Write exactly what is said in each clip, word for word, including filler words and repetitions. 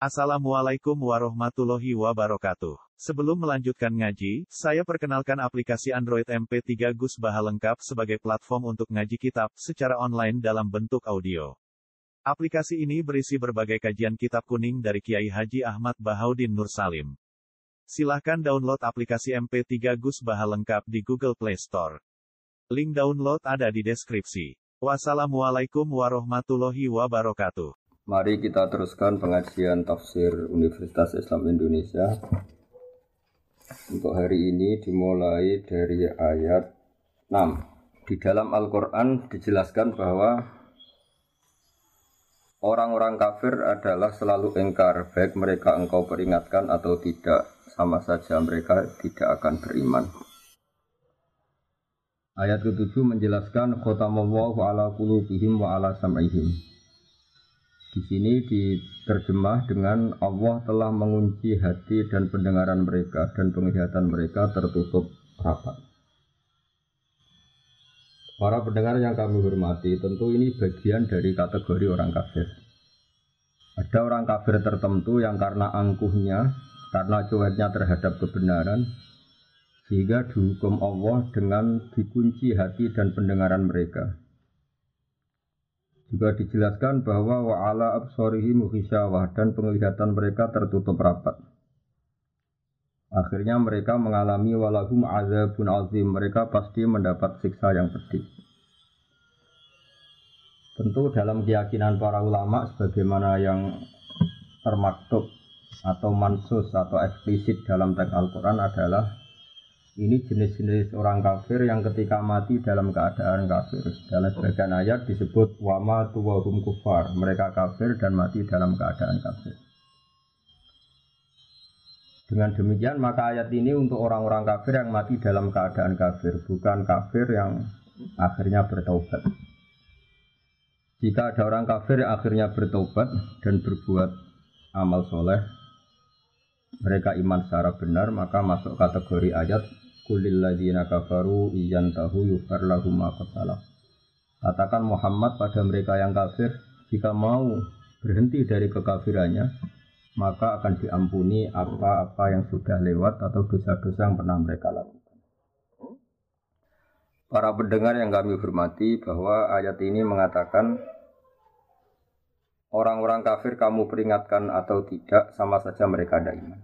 Assalamualaikum warahmatullahi wabarakatuh. Sebelum melanjutkan ngaji, saya perkenalkan aplikasi Android M P tiga Gus Baha lengkap sebagai platform untuk ngaji kitab secara online dalam bentuk audio. Aplikasi ini berisi berbagai kajian kitab kuning dari Kiai Haji Ahmad Bahaudin Nur Salim. Silahkan download aplikasi M P tiga Gus Baha lengkap di Google Play Store. Link download ada di deskripsi. Wassalamualaikum warahmatullahi wabarakatuh. Mari kita teruskan pengajian tafsir Universitas Islam Indonesia. Untuk hari ini dimulai dari ayat enam. Di dalam Al-Quran dijelaskan bahwa orang-orang kafir adalah selalu ingkar, baik mereka engkau peringatkan atau tidak, sama saja mereka tidak akan beriman. Ayat ketujuh menjelaskan khotamallahu ala qulubihim wa ala sam'ihim. Di sini diterjemah dengan Allah telah mengunci hati dan pendengaran mereka dan penglihatan mereka tertutup rapat. Para pendengar yang kami hormati, tentu ini bagian dari kategori orang kafir. Ada orang kafir tertentu yang karena angkuhnya, karena cueknya terhadap kebenaran, sehingga dihukum Allah dengan dikunci hati dan pendengaran mereka. Juga dijelaskan bahwa wa'ala absorihim ghisyawah dan penglihatan mereka tertutup rapat. Akhirnya mereka mengalami walahum azabun azim, mereka pasti mendapat siksa yang pedih. Tentu dalam keyakinan para ulama sebagaimana yang termaktub atau mansus atau eksplisit dalam teks Al-Quran adalah ini jenis-jenis orang kafir yang ketika mati dalam keadaan kafir. Dalam sebagian ayat disebut wama tuwahum kufar, mereka kafir dan mati dalam keadaan kafir. Dengan demikian maka ayat ini untuk orang-orang kafir yang mati dalam keadaan kafir, bukan kafir yang akhirnya bertaubat. Jika ada orang kafir yang akhirnya bertaubat dan berbuat amal soleh, mereka iman secara benar, maka masuk kategori ayat Qulil ladzina kafaru iyantahu yufar lahum ma qad salaf. Katakan Muhammad pada mereka yang kafir, jika mau berhenti dari kekafirannya, maka akan diampuni apa-apa yang sudah lewat atau dosa-dosa yang pernah mereka lakukan. Para pendengar yang kami hormati, bahwa ayat ini mengatakan orang-orang kafir kamu peringatkan atau tidak, sama saja mereka ada iman.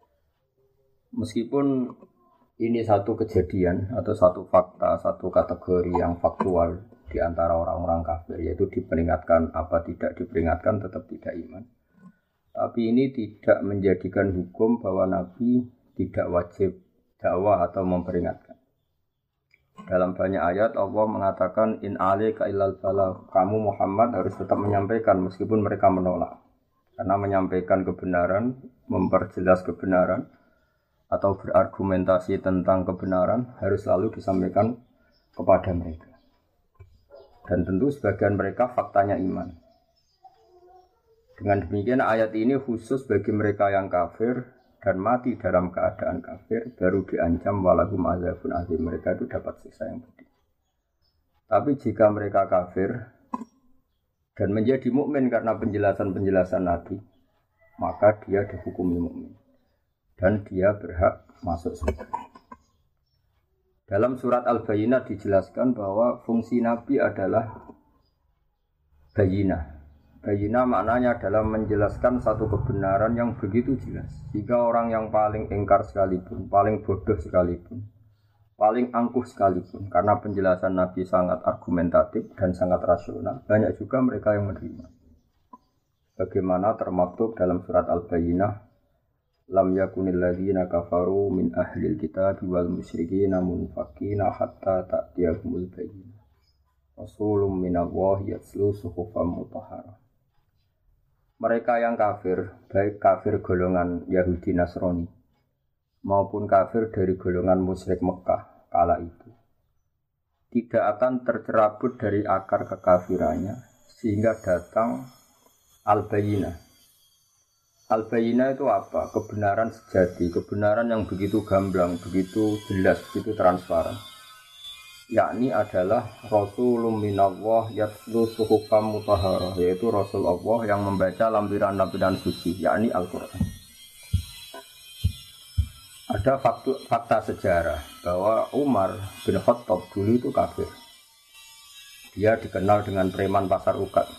Meskipun ini satu kejadian atau satu fakta, satu kategori yang faktual di antara orang-orang kafir, yaitu diperingatkan apa tidak diperingatkan tetap tidak iman. Tapi ini tidak menjadikan hukum bahwa Nabi tidak wajib dakwah atau memperingatkan. Dalam banyak ayat Allah mengatakan in alaika illal balagh, kamu Muhammad harus tetap menyampaikan meskipun mereka menolak. Karena menyampaikan kebenaran, memperjelas kebenaran atau berargumentasi tentang kebenaran harus selalu disampaikan kepada mereka. Dan tentu sebagian mereka faktanya iman. Dengan demikian ayat ini khusus bagi mereka yang kafir dan mati dalam keadaan kafir, baru diancam walahum azabun azim, mereka itu dapat siksa yang pedih. Tapi jika mereka kafir dan menjadi mukmin karena penjelasan-penjelasan Nabi, maka dia dihukumi mukmin dan dia berhak masuk surga. Dalam surat Al-Bayyinah dijelaskan bahwa fungsi Nabi adalah bayyinah. Bayyinah maknanya adalah menjelaskan satu kebenaran yang begitu jelas, sehingga orang yang paling ingkar sekalipun, paling bodoh sekalipun, paling angkuh sekalipun, karena penjelasan Nabi sangat argumentatif dan sangat rasional, banyak juga mereka yang menerima. Bagaimana termaktub dalam surat Al-Bayyinah, lam yakunil ladzina kafaru min ahlil kitab wal musyrikin munfakina hatta ta'tiyahumul bayyinah rasulun minallahi yatlu suhufan mutahharah. Mereka yang kafir, baik kafir golongan Yahudi Nasrani maupun kafir dari golongan musyrik Mekah kala itu, tidak akan tercerabut dari akar kekafirannya sehingga datang al-bayyinah. Al-Bayyinah itu apa? Kebenaran sejati, kebenaran yang begitu gamblang, begitu jelas, begitu transparan. yakni adalah Rasulun minallah yatlu suhufam mutahharah, yaitu Rasul Allah yang membaca lampiran-lampiran suci, yakni Al-Quran. Ada fakta, fakta sejarah bahwa Umar bin Khattab dulu itu kafir. Dia dikenal dengan preman pasar ukat.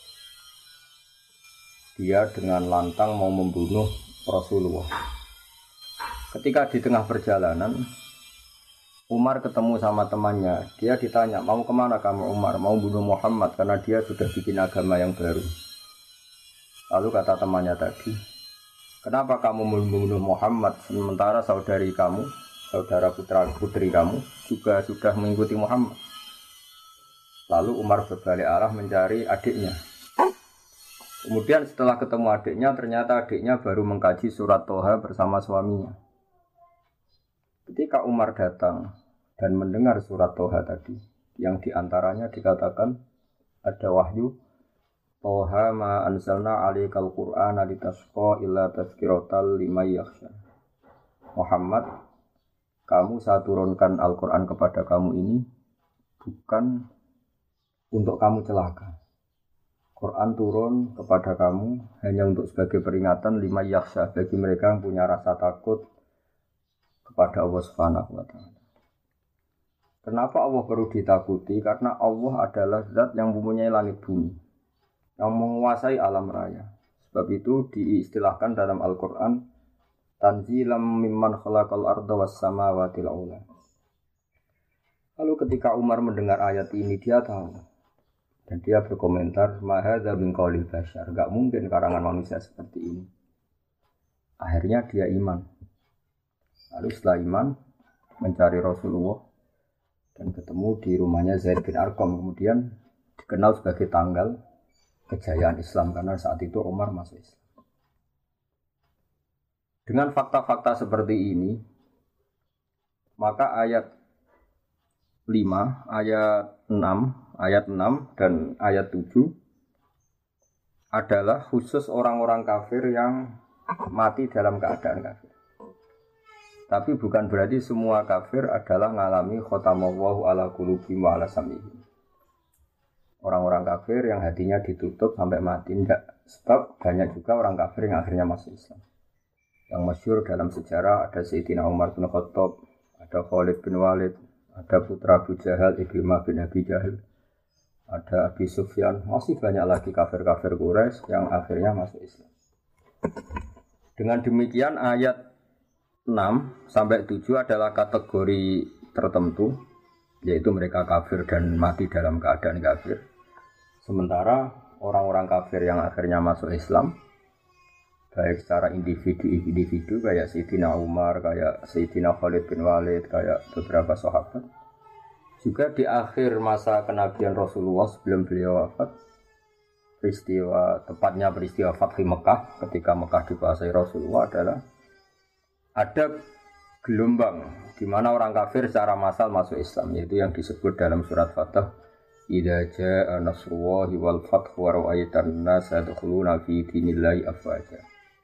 Dia dengan lantang mau membunuh Rasulullah. Ketika di tengah perjalanan, Umar ketemu sama temannya. Dia ditanya, mau kemana kamu Umar? Mau bunuh Muhammad karena dia sudah bikin agama yang baru. Lalu kata temannya tadi, kenapa kamu membunuh Muhammad sementara saudari kamu, saudara putra putri kamu juga sudah mengikuti Muhammad? Lalu Umar berbalik arah mencari adiknya. Kemudian setelah ketemu adiknya, ternyata adiknya baru mengkaji surat Toha bersama suaminya. Ketika Umar datang dan mendengar surat Toha tadi, yang diantaranya dikatakan ada wahyu, Toha ma anzalna alaikal Qur'ana litasqa illa tazkiratal liman yakhsha. Muhammad, kamu saya turunkan Al-Quran kepada kamu ini bukan untuk kamu celaka. Quran turun kepada kamu hanya untuk sebagai peringatan lima yakhsha, bagi mereka yang punya rasa takut kepada Allah Subhanahu wa taala. Kenapa Allah perlu ditakuti? Karena Allah adalah zat yang mempunyai langit bumi, yang menguasai alam raya. Sebab itu diistilahkan dalam Al-Quran tanzilam mimman khalaqal arda was samawati al-ula. Lalu ketika Umar mendengar ayat ini, dia tahu. Dan dia berkomentar, ma hadza min qaulil bashar, enggak mungkin karangan manusia seperti ini. Akhirnya dia iman. Lalu setelah iman, mencari Rasulullah dan ketemu di rumahnya Zaid bin Arqam, kemudian dikenal sebagai tanggal kejayaan Islam karena saat itu Umar masuk Islam. Dengan fakta-fakta seperti ini, maka ayat lima, ayat enam, ayat enam dan ayat tujuh adalah khusus orang-orang kafir yang mati dalam keadaan kafir. Tapi bukan berarti semua kafir adalah ngalami khotamallahu ala qulubihim wa ala sam'ihim. Orang-orang kafir yang hatinya ditutup sampai mati, tidak. Sebab banyak juga orang kafir yang akhirnya masuk Islam. Yang masyhur dalam sejarah ada Sayyidina Umar bin Khattab, ada Khalid bin Walid, ada putra Abu Jahal, Ikrimah bin Abi Jahal, ada Abi Sufyan, masih banyak lagi kafir-kafir Quraisy yang akhirnya masuk Islam. Dengan demikian ayat enam sampai tujuh adalah kategori tertentu, yaitu mereka kafir dan mati dalam keadaan kafir. Sementara orang-orang kafir yang akhirnya masuk Islam, baik secara individu-individu kayak Sayyidina Umar, kayak Sayyidina Khalid bin Walid, kayak beberapa sahabat. Juga di akhir masa kenabian Rasulullah sebelum beliau wafat, peristiwa, tepatnya peristiwa Fathi Mekah, ketika Mekah dikuasai Rasulullah adalah ada gelombang di mana orang kafir secara massal masuk Islam, yaitu yang disebut dalam surat Fatah, idza jaa nasrullahi wal fathu wa ra'aitan nasa yadkhuluna fi dinillahi afwaja.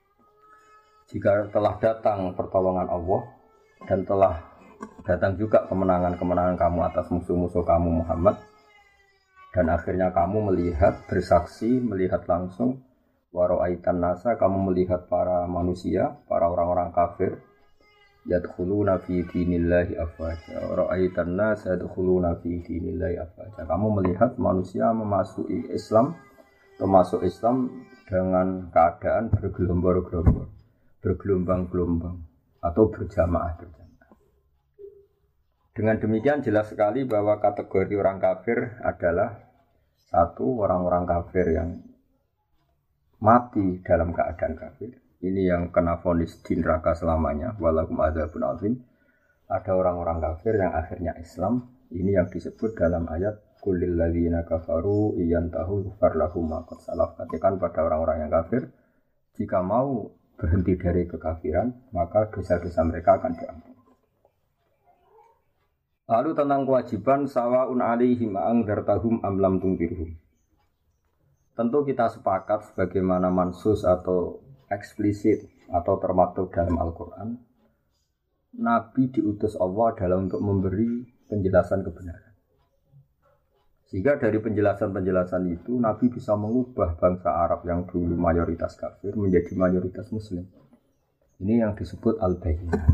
Jika telah datang pertolongan Allah dan telah datang juga kemenangan-kemenangan kamu atas musuh-musuh kamu Muhammad, dan akhirnya kamu melihat, bersaksi, melihat langsung wa ra'aitan nasa, kamu melihat para manusia, para orang-orang kafir yadkhuluna fi dinillahi afwaja. Ra'aitan nasa yadkhuluna fi dinillahi afwaja. Kamu melihat manusia memasuki Islam, termasuk Islam dengan keadaan bergelombang-gelombang, bergelombang-gelombang atau berjamaah-berjamaah. Dengan demikian jelas sekali bahwa kategori orang kafir adalah satu, orang-orang kafir yang mati dalam keadaan kafir. Ini yang kena vonis di neraka selamanya, walakum adzabun azim. Ada orang-orang kafir yang akhirnya Islam. Ini yang disebut dalam ayat qulil ladzina kafaru iyantahu yughfar lahum ma qad salaf. Katakan pada orang-orang yang kafir, jika mau berhenti dari kekafiran, maka dosa-dosa mereka akan diampuni. Lalu tentang kewajiban sawaun alaihim angdzartahum am lam tunzirhum. Tentu kita sepakat sebagaimana mansus atau eksplisit atau termaktub dalam Al-Quran, Nabi diutus Allah adalah untuk memberi penjelasan kebenaran. Sehingga dari penjelasan-penjelasan itu Nabi bisa mengubah bangsa Arab yang dulu mayoritas kafir menjadi mayoritas muslim. Ini yang disebut al-bayyinah.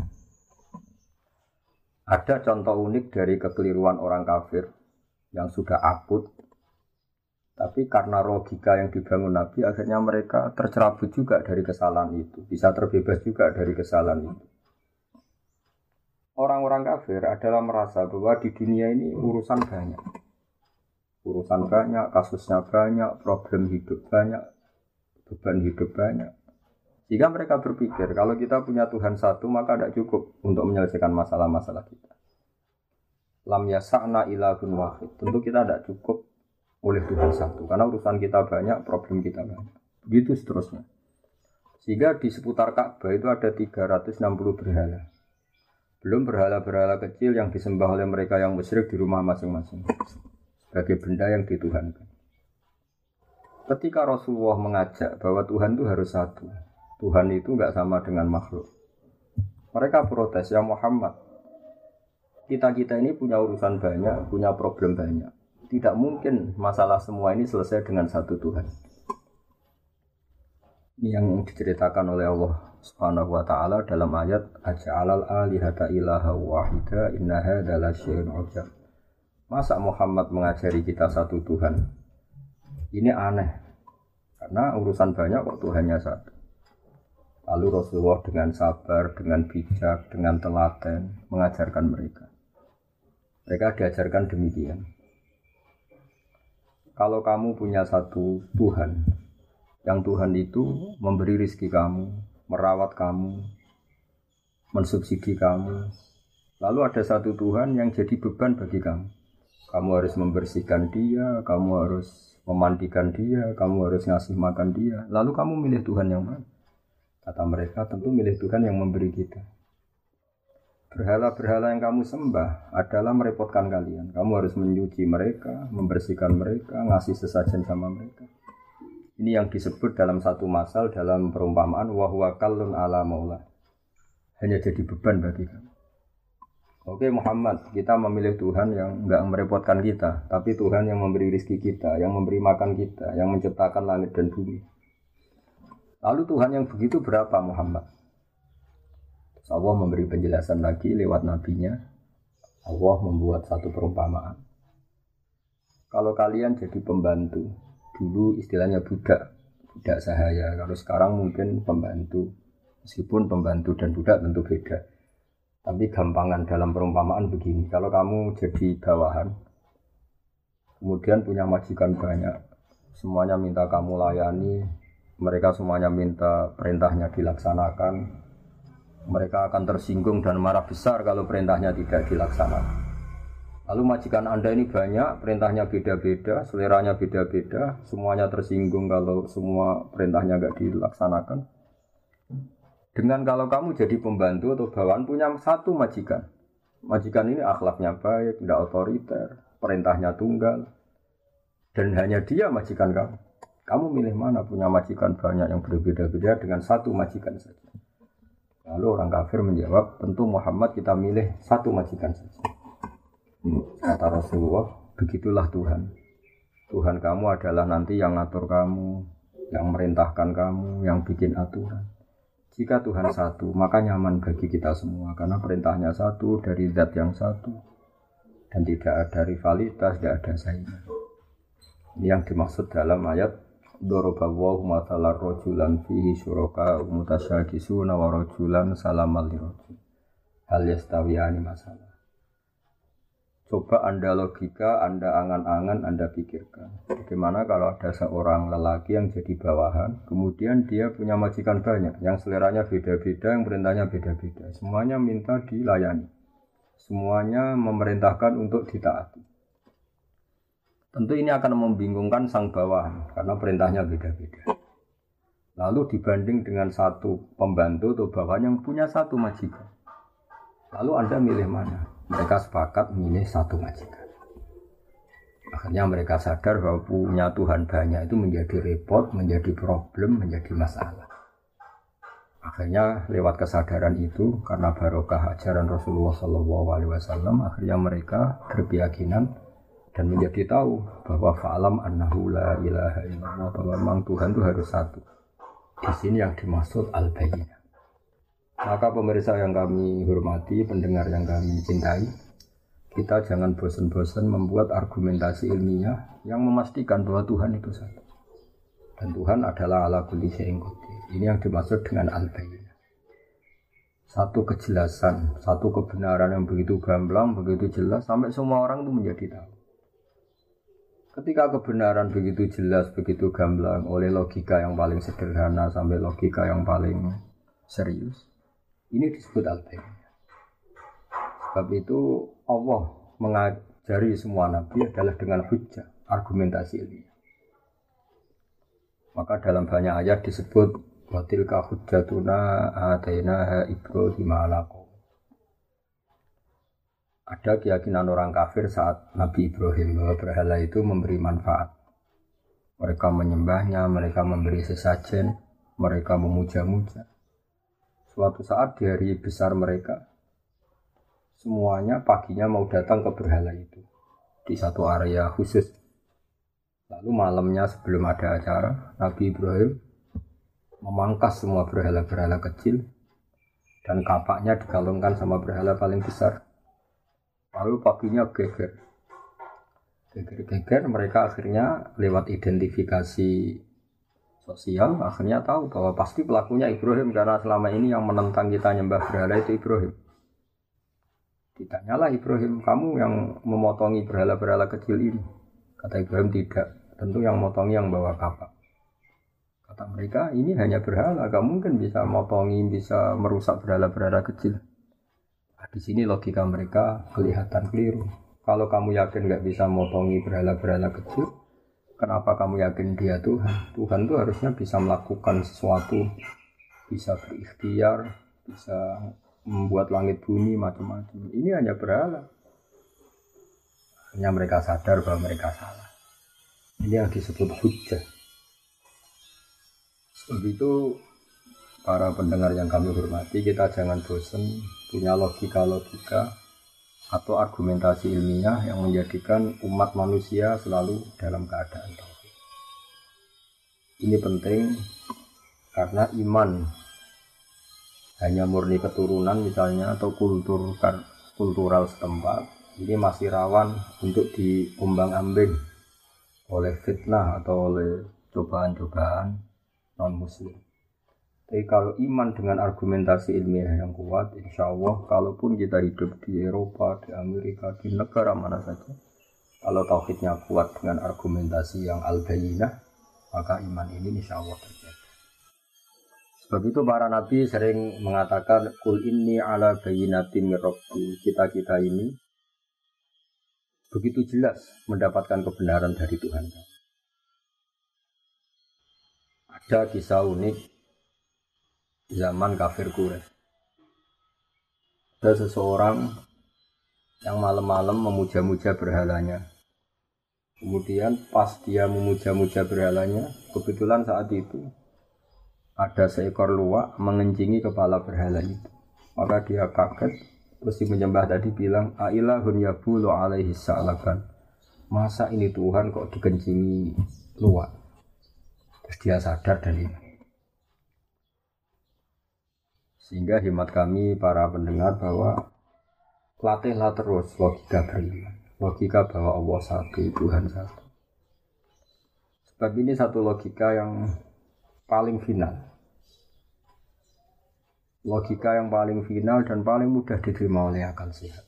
Ada contoh unik dari kekeliruan orang kafir yang sudah akut. Tapi karena logika yang dibangun Nabi, akhirnya mereka tercerabut juga dari kesalahan itu. Bisa terbebas juga dari kesalahan itu. Orang-orang kafir adalah merasa bahwa di dunia ini urusan banyak. Urusan banyak, kasusnya banyak, problem hidup banyak, beban hidup banyak. Sehingga mereka berpikir, kalau kita punya Tuhan satu, maka tidak cukup untuk menyelesaikan masalah-masalah kita. Lam yasa'na ilahun wahid. Tentu kita tidak cukup oleh Tuhan satu, karena urusan kita banyak, problem kita banyak. Begitu seterusnya. Sehingga di seputar Ka'bah itu ada tiga ratus enam puluh berhala. Belum berhala-berhala kecil yang disembah oleh mereka yang musyrik di rumah masing-masing sebagai benda yang dituhankan. Ketika Rasulullah mengajak bahwa Tuhan itu harus satu, Tuhan itu enggak sama dengan makhluk, mereka protes, ya Muhammad, kita-kita ini punya urusan banyak, punya problem banyak. Tidak mungkin masalah semua ini selesai dengan satu Tuhan. Ini yang diceritakan oleh Allah Subhanahu wa ta'ala dalam ayat aja'alal alihata ilaha wahida inna hadza lasyai'un 'ujab. Masa Muhammad mengajari kita satu Tuhan? Ini aneh. Karena urusan banyak kok Tuhannya satu. Lalu Rasulullah dengan sabar, dengan bijak, dengan telaten mengajarkan mereka. Mereka diajarkan demikian. Kalau kamu punya satu Tuhan, yang Tuhan itu memberi rezeki kamu, merawat kamu, mensubsidi kamu, lalu ada satu Tuhan yang jadi beban bagi kamu. Kamu harus membersihkan dia, kamu harus memandikan dia, kamu harus ngasih makan dia. Lalu kamu milih Tuhan yang mana? Kata mereka, tentu milih Tuhan yang memberi kita. Berhala-berhala yang kamu sembah adalah merepotkan kalian. Kamu harus menyuci mereka, membersihkan mereka, ngasih sesajen sama mereka. Ini yang disebut dalam satu masal dalam perumpamaan wa huwa kallun ala maula. Hanya jadi beban bagi kamu. Oke Muhammad, kita memilih Tuhan yang enggak merepotkan kita, tapi Tuhan yang memberi rezeki kita, yang memberi makan kita, yang menciptakan langit dan bumi. Lalu Tuhan yang begitu berapa Muhammad? Allah memberi penjelasan lagi lewat nabinya. Allah membuat satu perumpamaan. Kalau kalian jadi pembantu, dulu istilahnya budak, budak sahaya. Kalau sekarang mungkin pembantu, meskipun pembantu dan budak tentu beda. Tapi gampangan dalam perumpamaan begini, kalau kamu jadi bawahan, kemudian punya majikan banyak, semuanya minta kamu layani, mereka semuanya minta perintahnya dilaksanakan. Mereka akan tersinggung dan marah besar kalau perintahnya tidak dilaksanakan. Lalu majikan Anda ini banyak, perintahnya beda-beda, seleranya beda-beda, semuanya tersinggung kalau semua perintahnya tidak dilaksanakan. Dengan kalau kamu jadi pembantu atau bawahan punya satu majikan. Majikan ini akhlaknya baik, tidak otoriter, perintahnya tunggal. Dan hanya dia majikan kamu. Kamu milih mana punya majikan banyak yang berbeda-beda dengan satu majikan saja? Lalu orang kafir menjawab, tentu Muhammad kita milih satu majikan saja. Kata Rasulullah, begitulah Tuhan. Tuhan kamu adalah nanti yang ngatur kamu, yang merintahkan kamu, yang bikin aturan. Jika Tuhan satu, maka nyaman bagi kita semua. Karena perintahnya satu, dari zat yang satu. Dan tidak ada rivalitas, tidak ada saingan. Ini yang dimaksud dalam ayat Dorobawahu mathalar rojulan fihi syuraka mutasyakisuna wa rojulan salamal lirojul hal yastawiyani masalah. Coba Anda logika, Anda angan-angan, Anda pikirkan bagaimana kalau ada seorang lelaki yang jadi bawahan, kemudian dia punya majikan banyak yang seleranya beda-beda, yang perintahnya beda-beda, semuanya minta dilayani, semuanya memerintahkan untuk ditaati. Tentu ini akan membingungkan sang bawahan karena perintahnya beda-beda. Lalu dibanding dengan satu pembantu atau bawahan yang punya satu majikan. Lalu Anda milih mana? Mereka sepakat milih satu majikan. Akhirnya mereka sadar bahwa punya Tuhan banyak itu menjadi repot, menjadi problem, menjadi masalah. Akhirnya lewat kesadaran itu karena barokah ajaran Rasulullah shallallahu alaihi wasallam, akhirnya mereka berkeyakinan dan menjadi tahu bahwa fa'alam annahu la ilaha illallah, bahwa memang Tuhan itu harus satu. Di sini yang dimaksud al-bayyinah. Maka pemirsa yang kami hormati, pendengar yang kami cintai, kita jangan bosan-bosan membuat argumentasi ilmiah yang memastikan bahwa Tuhan itu satu. Dan Tuhan adalah ala kulli syai'in qadir. Ini yang dimaksud dengan al-bayyinah. Satu kejelasan, satu kebenaran yang begitu gamblang, begitu jelas, sampai semua orang itu menjadi tahu. Ketika kebenaran begitu jelas, begitu gamblang, oleh logika yang paling sederhana sampai logika yang paling serius, ini disebut al-bayyinah. Sebab itu Allah mengajari semua nabi adalah dengan hujjah, argumentasi ilmiah. Maka dalam banyak ayat disebut wa tilka hujjatuna atainaha Ibrahim ala qaum. Ada keyakinan orang kafir saat Nabi Ibrahim bahwa berhala itu memberi manfaat. Mereka menyembahnya, mereka memberi sesajen, mereka memuja-muja. Suatu saat di hari besar mereka, semuanya paginya mau datang ke berhala itu di satu area khusus. Lalu malamnya sebelum ada acara, Nabi Ibrahim memangkas semua berhala-berhala kecil dan kapaknya dikalungkan sama berhala paling besar. Lalu paginya geger. Geger-geger mereka akhirnya lewat identifikasi sosial akhirnya tahu bahwa pasti pelakunya Ibrahim, karena selama ini yang menentang kita nyembah berhala itu Ibrahim. Ditanyalah Ibrahim, kamu yang memotongi berhala-berhala kecil ini? Kata Ibrahim, tidak. Tentu yang motongi yang bawa kapak. Kata mereka, ini hanya berhala, gak mungkin bisa motongi, bisa merusak berhala-berhala kecil. Nah, di sini logika mereka kelihatan keliru. Kalau kamu yakin gak bisa motongi berhala-berhala kecil, kenapa kamu yakin dia Tuhan? Tuhan itu harusnya bisa melakukan sesuatu, bisa berikhtiar, bisa membuat langit bumi macam-macam. Ini hanya berhala. Akhirnya mereka sadar bahwa mereka salah. Ini yang disebut hujjah. Sebab itu para pendengar yang kami hormati, kita jangan bosan punya logika-logika atau argumentasi ilmiah yang menjadikan umat manusia selalu dalam keadaan tauhid. Ini penting karena iman hanya murni keturunan misalnya atau kultur kultural setempat, ini masih rawan untuk diombang-ambing oleh fitnah atau oleh cobaan-cobaan non-muslim. Tapi kalau iman dengan argumentasi ilmiah yang kuat, insya Allah kalaupun kita hidup di Eropa, di Amerika, di negara mana saja, kalau tauhidnya kuat dengan argumentasi yang al-bayyinah, maka iman ini insya Allah terjadi. Sebab itu para nabi sering mengatakan kul inni ala bayyinatin min rabbi. Kita-kita ini begitu jelas mendapatkan kebenaran dari Tuhan. Ada kisah unik zaman kafir Quraisy. Ada seseorang yang malam-malam memuja-muja berhalanya. Kemudian pas dia memuja-muja berhalanya, kebetulan saat itu ada seekor luwak mengencingi kepala berhala itu. Maka dia kaget. Terus si menyembah tadi bilang, A'ilahun yabulu alaihi sa'laban. Masa ini Tuhan kok dikencingi luwak? Terus dia sadar dan ini. Sehingga hemat kami para pendengar bahwa latihlah terus logika beriman. Logika bahwa Allah satu, Tuhan satu. Sebab ini satu logika yang paling final. Logika yang paling final dan paling mudah diterima oleh akal sehat.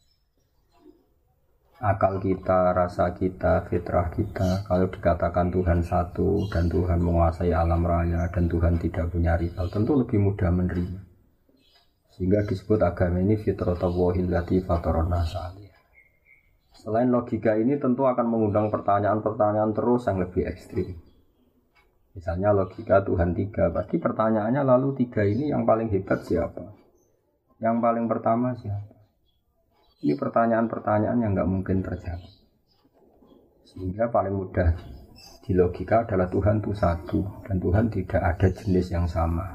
Akal kita, rasa kita, fitrah kita, kalau dikatakan Tuhan satu dan Tuhan menguasai alam raya dan Tuhan tidak punya rival, tentu lebih mudah menerima. Sehingga disebut agama ini fitratallahi allati fataran nasa 'alaiha. Selain logika ini tentu akan mengundang pertanyaan-pertanyaan terus yang lebih ekstrim. Misalnya logika Tuhan tiga, pasti pertanyaannya lalu tiga ini yang paling hebat siapa? Yang paling pertama siapa? Ini pertanyaan-pertanyaan yang nggak mungkin terjawab. Sehingga paling mudah di logika adalah Tuhan itu satu dan Tuhan tidak ada jenis yang sama,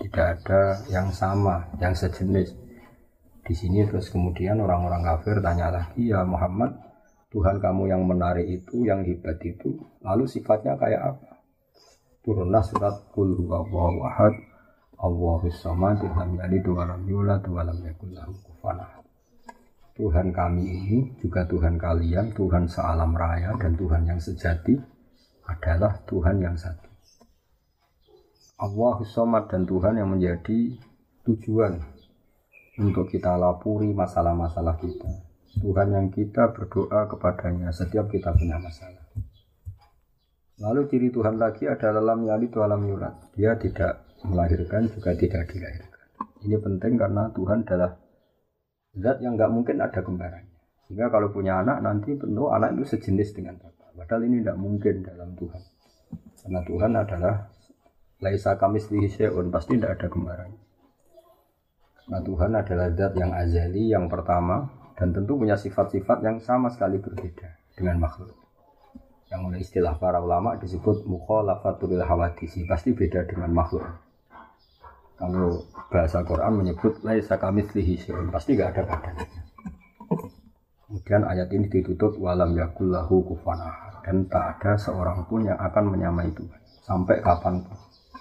Tidak ada yang sama, yang sejenis. Di sini terus kemudian orang-orang kafir tanya lagi, ya Muhammad, Tuhan kamu yang menarik itu, yang hebat itu, lalu sifatnya kayak apa? Turunlah surat Qul huwallahu ahad, Allahus samad, lam yalid wa lam yulad wa lam yakul lahu kufuwan ahad. Tuhan kami ini juga Tuhan kalian, Tuhan sealam raya dan Tuhan yang sejati adalah Tuhan yang satu. Allahus samad dan Tuhan yang menjadi tujuan untuk kita lapuri masalah-masalah kita. Tuhan yang kita berdoa kepadanya setiap kita punya masalah. Lalu ciri Tuhan lagi adalah lam yalid wa lam yulad. Dia tidak melahirkan juga tidak dilahirkan. Ini penting karena Tuhan adalah zat yang enggak mungkin ada kembarannya. Sehingga kalau punya anak nanti tentu anak itu sejenis dengan bapak. Padahal ini tidak mungkin dalam Tuhan. Karena Tuhan adalah laisa kamitslihi syai'un, pasti tidak ada kembarannya. Nah, Tuhan adalah zat yang azali, yang pertama, dan tentu punya sifat-sifat yang sama sekali berbeda dengan makhluk. Yang oleh istilah para ulama disebut mukhalafatul hawadisi, pasti beda dengan makhluk. Kalau bahasa Quran menyebut laisa kamitslihi syai'un, pasti enggak ada padanya. Kemudian ayat ini ditutup walam yakul lahu kufuwan ahad, dan tak ada seorang pun yang akan menyamai Tuhan sampai kapanpun.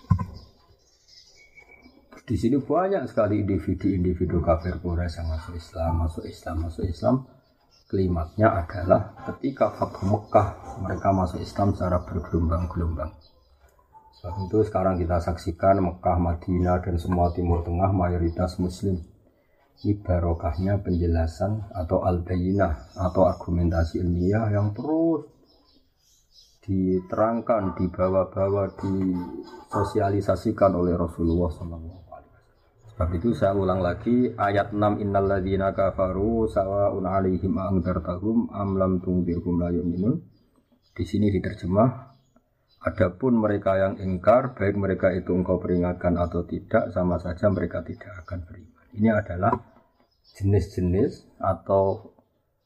Di sini banyak sekali individu-individu kafir Quraisy yang masuk Islam, masuk Islam, masuk Islam. Klimaknya adalah ketika Fathu Mekah mereka masuk Islam secara bergelombang-gelombang. Sebab itu sekarang kita saksikan Mekah, Madinah dan semua Timur Tengah mayoritas Muslim. Ini barokahnya penjelasan atau al-bayinah atau argumentasi ilmiah yang terus diterangkan, dibawa-bawa, disosialisasikan oleh Rasulullah shallallahu alaihi wasallam. Sebab itu saya ulang lagi ayat enam innal ladzina kafaru sawa'un 'alaihim a'anzartahum am lam tunzirhum la yu'minun. Di sini diterjemah, adapun mereka yang ingkar baik mereka itu engkau peringatkan atau tidak sama saja mereka tidak akan beriman. Ini adalah jenis-jenis atau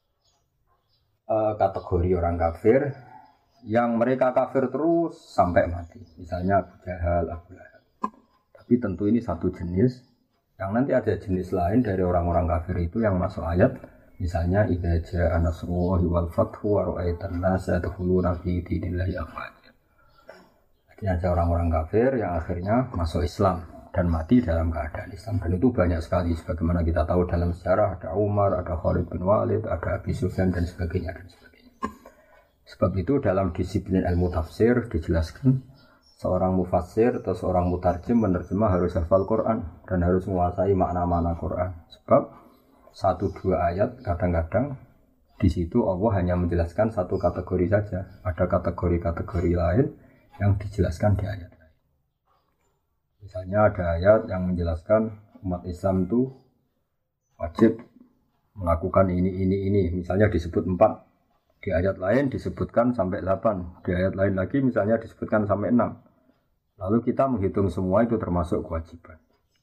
uh, kategori orang kafir yang mereka kafir terus sampai mati. Misalnya Abu Jahal, Abu Lahab. Tapi tentu ini satu jenis. Yang nanti ada jenis lain dari orang-orang kafir itu yang masuk ayat, misalnya idza jaa nasrullahi wal fathu wa ra'aitan nasa yadkhuluna fi dinillahi afwaja. Jadi ada orang-orang kafir yang akhirnya masuk Islam dan mati dalam keadaan Islam, dan itu banyak sekali sebagaimana kita tahu dalam sejarah, ada Umar, ada Khalid bin Walid, ada Abi Sufyan dan sebagainya dan sebagainya. Sebab itu dalam disiplin ilmu tafsir dijelaskan seorang mufassir atau seorang mutarjim menerjemah harus hafal Quran dan harus menguasai makna-makna Quran. Sebab satu dua ayat kadang-kadang di situ Allah hanya menjelaskan satu kategori saja. Ada kategori-kategori lain yang dijelaskan di ayat lain. Misalnya ada ayat yang menjelaskan umat Islam itu wajib melakukan ini, ini, ini. Misalnya disebut empat. Di ayat lain disebutkan sampai delapan. Di ayat lain lagi misalnya disebutkan sampai enam. Lalu kita menghitung semua itu termasuk kewajiban.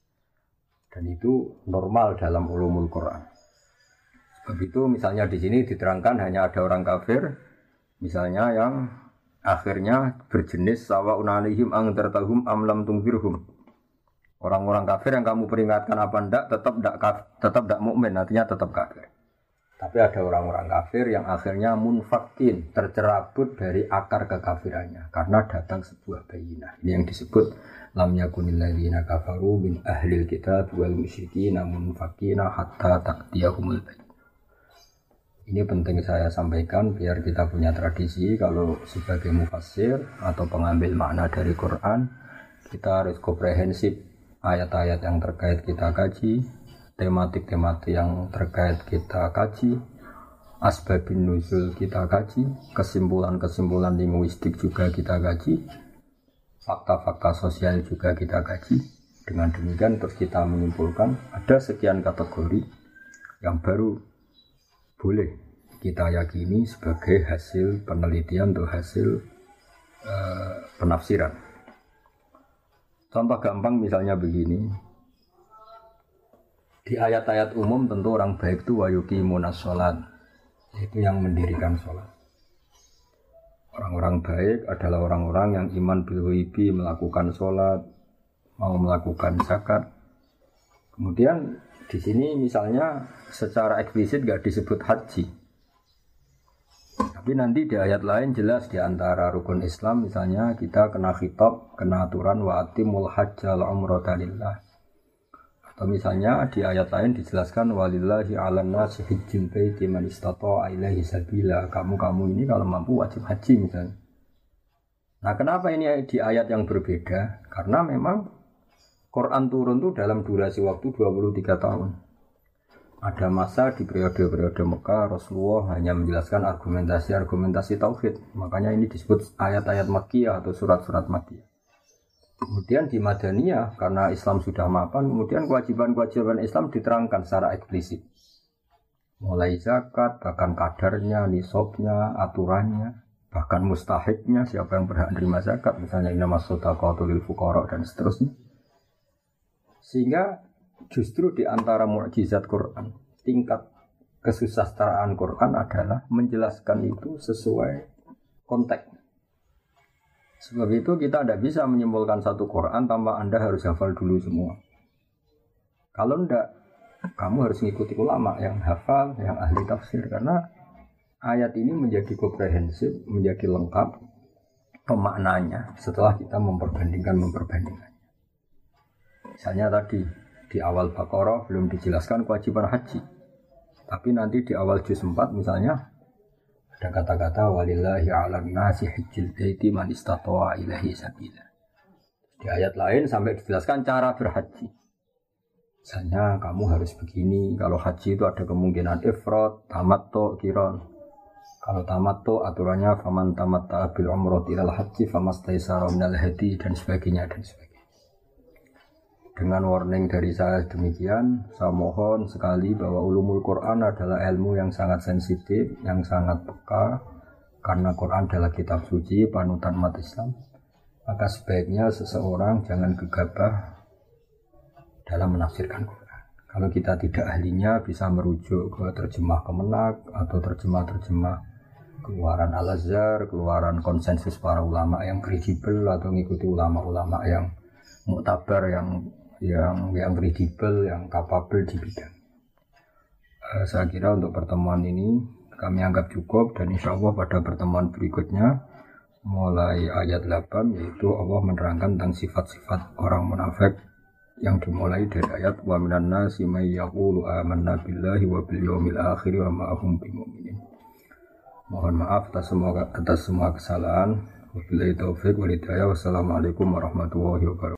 Dan itu normal dalam ulumul Quran. Sebab itu misalnya di sini diterangkan hanya ada orang kafir, misalnya yang akhirnya berjenis sawa'un 'alaihim anzartahum am lam tunzirhum. Orang-orang kafir yang kamu peringatkan apa enggak tetap enggak tetap enggak mukmin, artinya tetap kafir. Tapi ada orang-orang kafir yang akhirnya munfakin, tercerabut dari akar kekafirannya karena datang sebuah bayinah. Ini yang disebut lam yakunil ladzina kafaru min ahlil kitab wal musyrikin munfakina hatta taqtiyahumul bayinah. Ini penting saya sampaikan biar kita punya tradisi kalau sebagai mufassir atau pengambil makna dari Quran, kita harus komprehensif ayat-ayat yang terkait kita kaji, tematik-tematik yang terkait kita kaji, asbabun nuzul kita kaji, kesimpulan-kesimpulan linguistik juga kita kaji, fakta-fakta sosial juga kita kaji. Dengan demikian terus kita menyimpulkan ada sekian kategori yang baru boleh kita yakini sebagai hasil penelitian atau hasil uh, penafsiran. Contoh gampang misalnya begini. Di ayat-ayat umum tentu orang baik itu wa yuqimunas shalat, yaitu yang mendirikan sholat. Orang-orang baik adalah orang-orang yang iman bil ghaibi, melakukan sholat, mau melakukan zakat. Kemudian di sini misalnya secara eksplisit nggak disebut haji, tapi nanti di ayat lain jelas di antara rukun Islam misalnya kita kena khitab, kena aturan wa atimul hajjal umrata lillah. Atau misalnya di ayat lain dijelaskan walillahi 'alan nasi hajjul baiti man istata'a ilaihi sabila. Kamu-kamu ini kalau mampu wajib haji misalnya. Nah, kenapa ini di ayat yang berbeda? Karena memang Quran turun itu dalam durasi waktu dua puluh tiga tahun. Ada masa di periode-periode Mekah Rasulullah hanya menjelaskan argumentasi-argumentasi tauhid. Makanya ini disebut ayat-ayat Makkiyah atau surat-surat Makkiyah. Kemudian di Madaniyah karena Islam sudah mapan, kemudian kewajiban-kewajiban Islam diterangkan secara eksplisit. Mulai zakat, bahkan kadarnya, nisabnya, aturannya, bahkan mustahiknya, siapa yang berhak menerima zakat, misalnya innamas shadaqatu lil fuqara dan seterusnya. Sehingga justru di antara mukjizat Quran, tingkat kesusastraan Quran adalah menjelaskan itu sesuai konteks. Sebab itu kita tidak bisa menyimpulkan satu Quran tanpa Anda harus hafal dulu semua. Kalau tidak, kamu harus mengikuti ulama yang hafal, yang ahli tafsir. Karena ayat ini menjadi komprehensif, menjadi lengkap pemaknanya setelah kita memperbandingkan-memperbandingkannya. Misalnya tadi, di awal Baqarah belum dijelaskan kewajiban haji. Tapi nanti di awal juz empat misalnya, ada kata-kata walillahi 'alan nasi hajjul baiti man istata'a ilaihi sabila. Di ayat lain sampai dijelaskan cara berhaji. Misalnya kamu harus begini, kalau haji itu ada kemungkinan ifrad, tamattu, qiran. Kalau tamattu aturannya faman tamatta'a bil umrati ilal haji famastaysara minal hadi dan sebagainya dan sebagainya. Dengan warning dari saya demikian, saya mohon sekali bahwa ulumul Quran adalah ilmu yang sangat sensitif, yang sangat peka, karena Quran adalah kitab suci, panutan umat Islam. Maka sebaiknya seseorang jangan gegabah dalam menafsirkan Quran. Kalau kita tidak ahlinya, bisa merujuk ke terjemah Kemenak atau terjemah-terjemah keluaran Al-Azhar, keluaran konsensus para ulama yang kredibel atau mengikuti ulama-ulama yang muktabar, yang yang yang kredibel, yang kapabel di bidang. Uh, saya kira untuk pertemuan ini kami anggap cukup dan insya Allah pada pertemuan berikutnya mulai ayat delapan yaitu Allah menerangkan tentang sifat-sifat orang munafik yang dimulai dari ayat wa minan nasi may yaqulu amanna billahi wa bil yaumil akhir wa ma hum bimumin. Mohon maaf atas semua atas semua kesalahan. Wabillahi taufik wal hidayah. Wassalamualaikum warahmatullahi wabarakatuh.